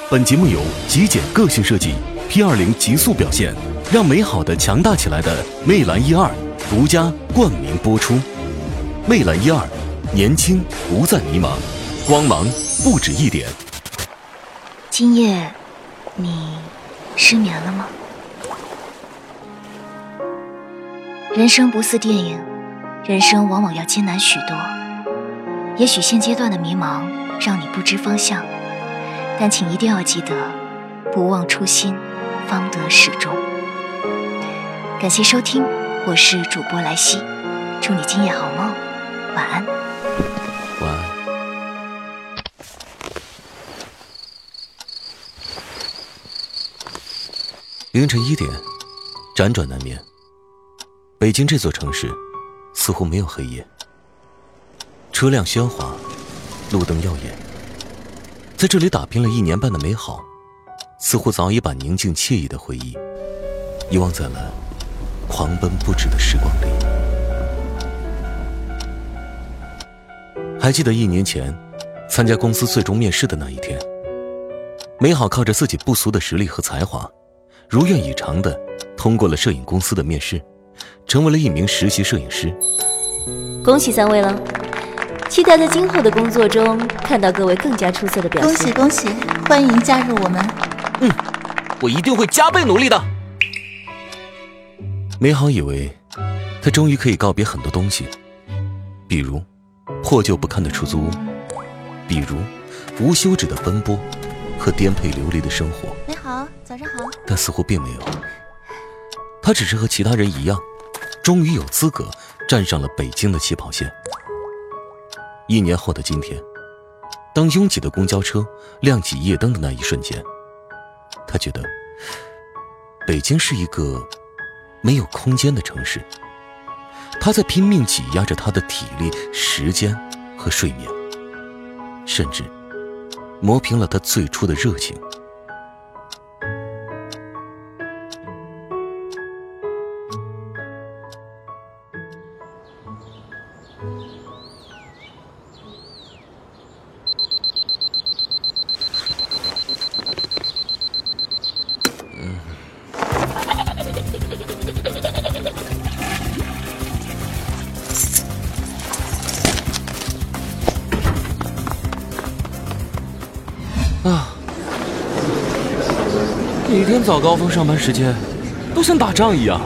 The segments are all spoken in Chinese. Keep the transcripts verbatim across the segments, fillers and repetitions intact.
本节目由极简个性设计 P 二十 极速表现，让美好的强大起来的魅蓝一二独家冠名播出。魅蓝一二，年轻不再迷茫，光芒不止一点。 今夜你失眠了吗？人生不似电影，人生往往要艰难许多。也许现阶段的迷茫让你不知方向，但请一定要记得，不忘初心，方得始终。感谢收听，我是主播莱西，祝你今夜好梦，晚安。 晚安。凌晨一点，辗转难眠。北京这座城市似乎没有黑夜，车辆喧哗，路灯耀眼。在这里打拼了一年半的美好，似乎早已把宁静惬意的回忆遗忘在了狂奔不止的时光里。还记得一年前参加公司最终面试的那一天，美好靠着自己不俗的实力和才华，如愿以偿地通过了摄影公司的面试，成为了一名实习摄影师。 恭喜三位了，期待在今后的工作中看到各位更加出色的表现。 恭喜恭喜，欢迎加入我们。 嗯，我一定会加倍努力的。 美好以为他终于可以告别很多东西，比如破旧不堪的出租屋，比如无休止的奔波和颠沛流离的生活。 你好，早上好。 但似乎并没有，他只是和其他人一样，终于有资格站上了北京的起跑线。一年后的今天，当拥挤的公交车亮起夜灯的那一瞬间，他觉得北京是一个没有空间的城市，他在拼命挤压着他的体力、时间和睡眠，甚至磨平了他最初的热情。 啊！每天早高峰上班时间都像打仗一样。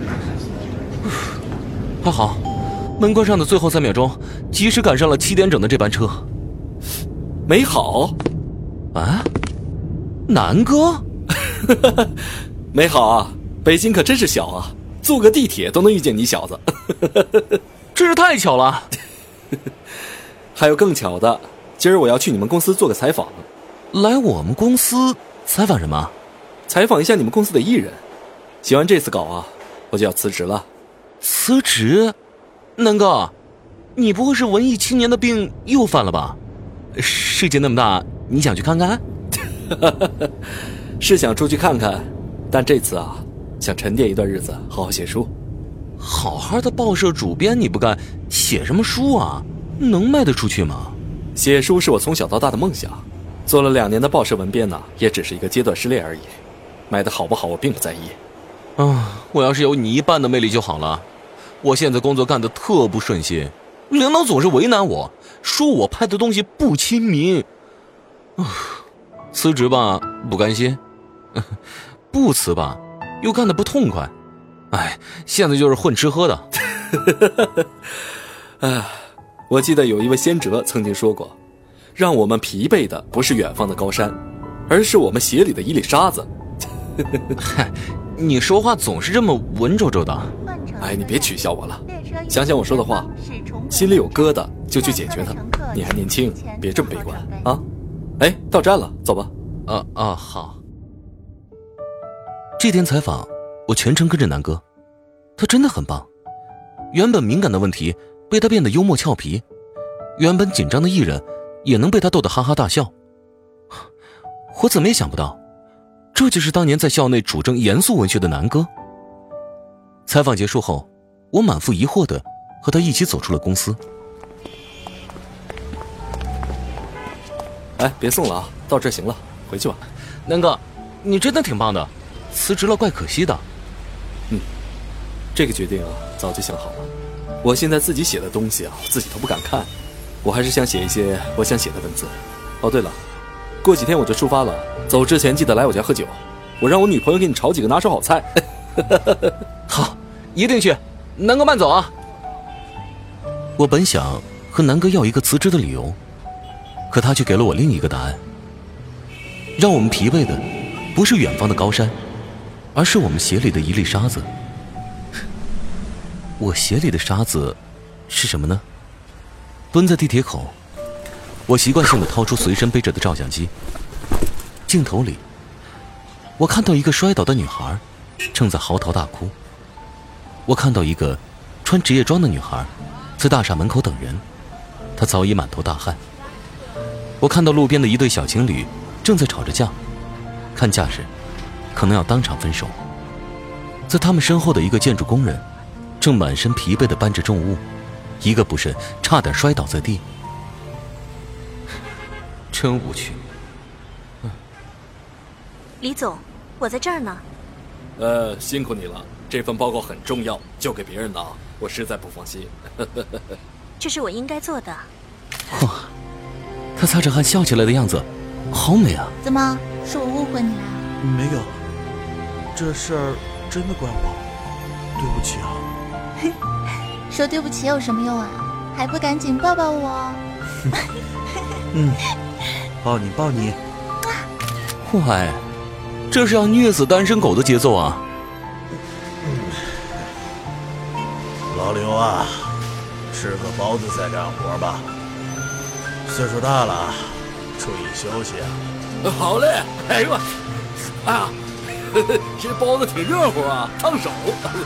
还好，门关上的最后三秒钟，及时赶上了七点整的这班车。 美好啊，南哥， 美好啊！北京可真是小啊，坐个地铁都能遇见你小子。 真是太巧了。 还有更巧的，今儿我要去你们公司做个采访。 来我们公司采访什么？ 采访一下你们公司的艺人。写完这次稿啊，我就要辞职了。 辞职？南哥，你不会是文艺青年的病又犯了吧？世界那么大，你想去看看？ 是想出去看看，但这次啊，想沉淀一段日子，好好写书。 好好的报社主编你不干，写什么书啊？能卖得出去吗？ 写书是我从小到大的梦想。做了两年的报社文编呢，也只是一个阶段失恋而已。卖得好不好，我并不在意。 啊，我要是有你一半的魅力就好了。我现在工作干得特不顺心，领导总是为难我，说我拍的东西不亲民。啊，辞职吧，不甘心；不辞吧，又干得不痛快。哎，现在就是混吃喝的。 啊，我记得有一位先哲曾经说过，让我们疲惫的不是远方的高山，而是我们鞋里的一粒沙子。 嗨，你说话总是这么文绉绉的。 哎，你别取笑我了，想想我说的话，心里有疙瘩就去解决它。你还年轻，别这么悲观啊！哎，到站了，走吧。 啊啊，好。 这天采访，我全程跟着南哥，他真的很棒。原本敏感的问题被他变得幽默俏皮，原本紧张的艺人也能被他逗得哈哈大笑。我怎么也想不到，这就是当年在校内主张严肃文学的南哥。采访结束后，我满腹疑惑地和他一起走出了公司。 哎，别送了啊，到这行了，回去吧。 南哥，你真的挺棒的，辞职了怪可惜的。 嗯，这个决定啊，早就想好了。我现在自己写的东西啊，自己都不敢看，我还是想写一些我想写的文字。哦，对了，过几天我就出发了，走之前记得来我家喝酒，我让我女朋友给你炒几个拿手好菜。 好，一定去。南哥慢走啊。 我本想和南哥要一个辞职的理由，可他却给了我另一个答案。让我们疲惫的不是远方的高山，而是我们鞋里的一粒沙子。我鞋里的沙子是什么呢？蹲在地铁口，我习惯性的掏出随身背着的照相机，镜头里我看到一个摔倒的女孩正在嚎啕大哭，我看到一个穿职业装的女孩在大厦门口等人，她早已满头大汗。我看到路边的一对小情侣正在吵着架，看架势可能要当场分手。在他们身后的一个建筑工人正满身疲惫地搬着重物，一个不慎差点摔倒在地。 真无趣。 李总，我在这儿呢。 呃，辛苦你了，这份报告很重要，交给别人拿，我实在不放心。 这是我应该做的。 哇，他擦着汗笑起来的样子好美啊。 怎么，是我误会你了？ 没有，这事儿真的怪我，对不起啊。 说对不起有什么用啊？还不赶紧抱抱我？ 嗯，抱你抱你。 喂，这是要虐死单身狗的节奏啊！ 老刘啊，吃个包子再干活吧。岁数大了，注意休息啊。 好嘞。哎呦，哎呀，这包子挺热乎啊，烫手。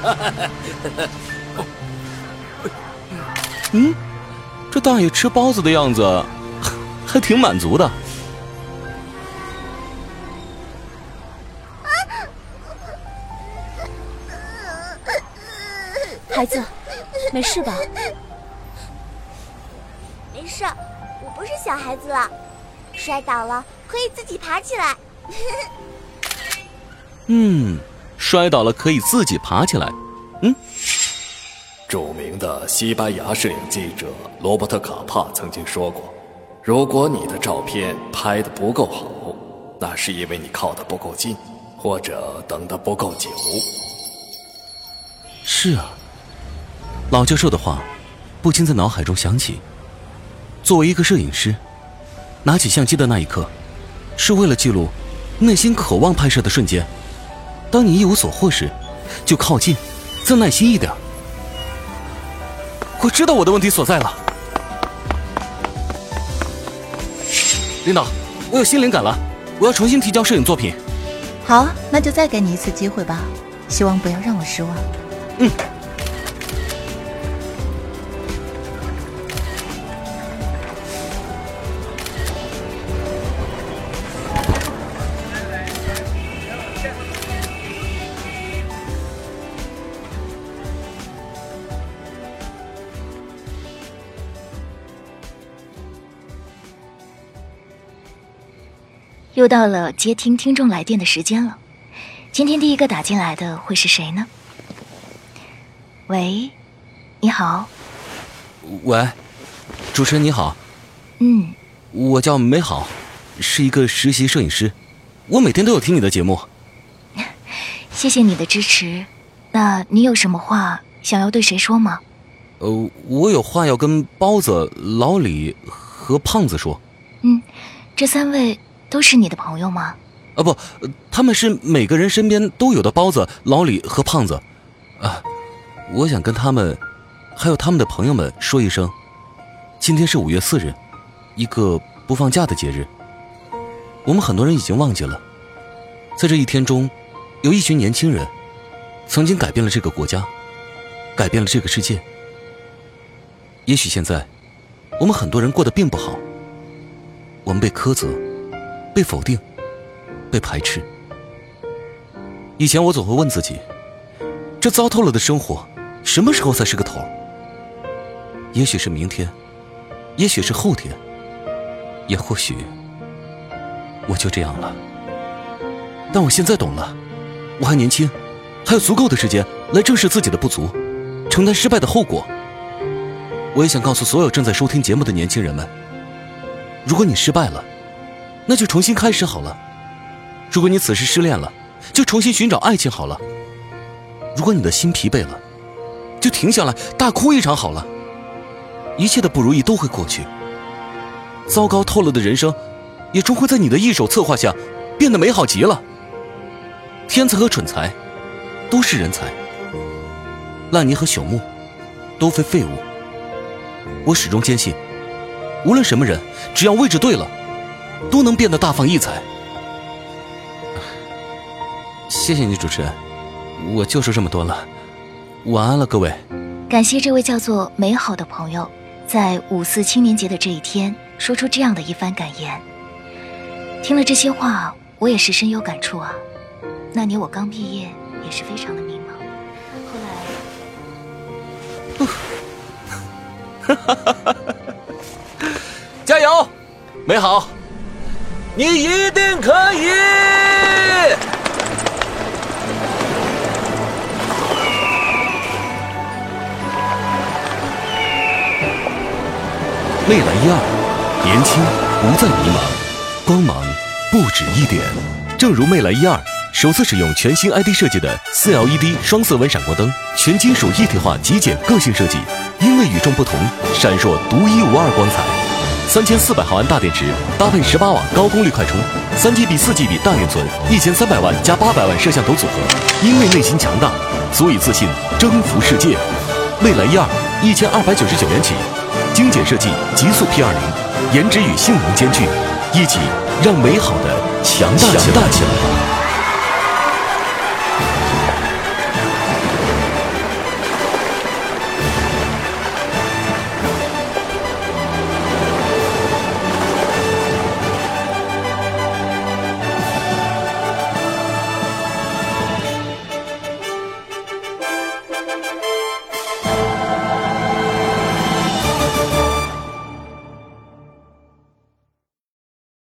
嗯，这大爷吃包子的样子还挺满足的。 孩子，没事吧？ 没事，我不是小孩子了，摔倒了可以自己爬起来。 嗯，摔倒了可以自己爬起来。嗯。 著名的西班牙摄影记者罗伯特·卡帕曾经说过，如果你的照片拍得不够好，那是因为你靠得不够近，或者等得不够久。 是啊，老教授的话不禁在脑海中响起。作为一个摄影师，拿起相机的那一刻，是为了记录内心渴望拍摄的瞬间。当你一无所获时，就靠近，再耐心一点。 我知道我的问题所在了。领导，我有新灵感了，我要重新提交摄影作品。 好，那就再给你一次机会吧，希望不要让我失望。 嗯。 又到了接听听众来电的时间了，今天第一个打进来的会是谁呢？喂，你好。 喂，主持人你好。 嗯， 我叫美好，是一个实习摄影师，我每天都有听你的节目。 谢谢你的支持。那你有什么话想要对谁说吗？ 呃，我有话要跟包子、老李和胖子说。 嗯，这三位都是你的朋友吗？ 啊不，他们是每个人身边都有的包子、老李和胖子。啊，我想跟他们，还有他们的朋友们说一声，今天是五月四日，一个不放假的节日。我们很多人已经忘记了，在这一天中，有一群年轻人，曾经改变了这个国家，改变了这个世界。也许现在，我们很多人过得并不好，我们被苛责，被否定，被排斥。以前我总会问自己，这糟透了的生活什么时候才是个头？也许是明天，也许是后天，也或许我就这样了。 但我现在懂了，我还年轻，还有足够的时间来正视自己的不足，承担失败的后果。我也想告诉所有正在收听节目的年轻人们，如果你失败了，那就重新开始好了；如果你此时失恋了，就重新寻找爱情好了；如果你的心疲惫了，就停下来大哭一场好了。一切的不如意都会过去，糟糕透了的人生也终会在你的一手策划下变得美好极了。天才和蠢才都是人才，烂泥和朽木都非废物。我始终坚信，无论什么人，只要位置对了，都能变得大放异彩。谢谢你，主持人，我就说这么多了，晚安了，各位。 感谢这位叫做美好的朋友，在五四青年节的这一天，说出这样的一番感言。听了这些话，我也是深有感触啊。那年我刚毕业，也是非常的迷茫。后来， 加油，美好，你一定可以！ 魅蓝一二，年轻不再迷茫，光芒不止一点。正如魅蓝一二首次使用全新 I D 设计的 四 L E D 双色温闪光灯，全金属一体化极简个性设计，因为与众不同，闪烁独一无二光彩。三千四百毫安大电池搭配十八瓦高功率快充，三 G B 四 G B 大运存，一千三百万加八百万摄像头组合。因为内心强大，所以自信征服世界。魅蓝一二一千二百九十九元起。精简设计，极速 P 二零，颜值与性能兼具，一起让美好的强大强大起来。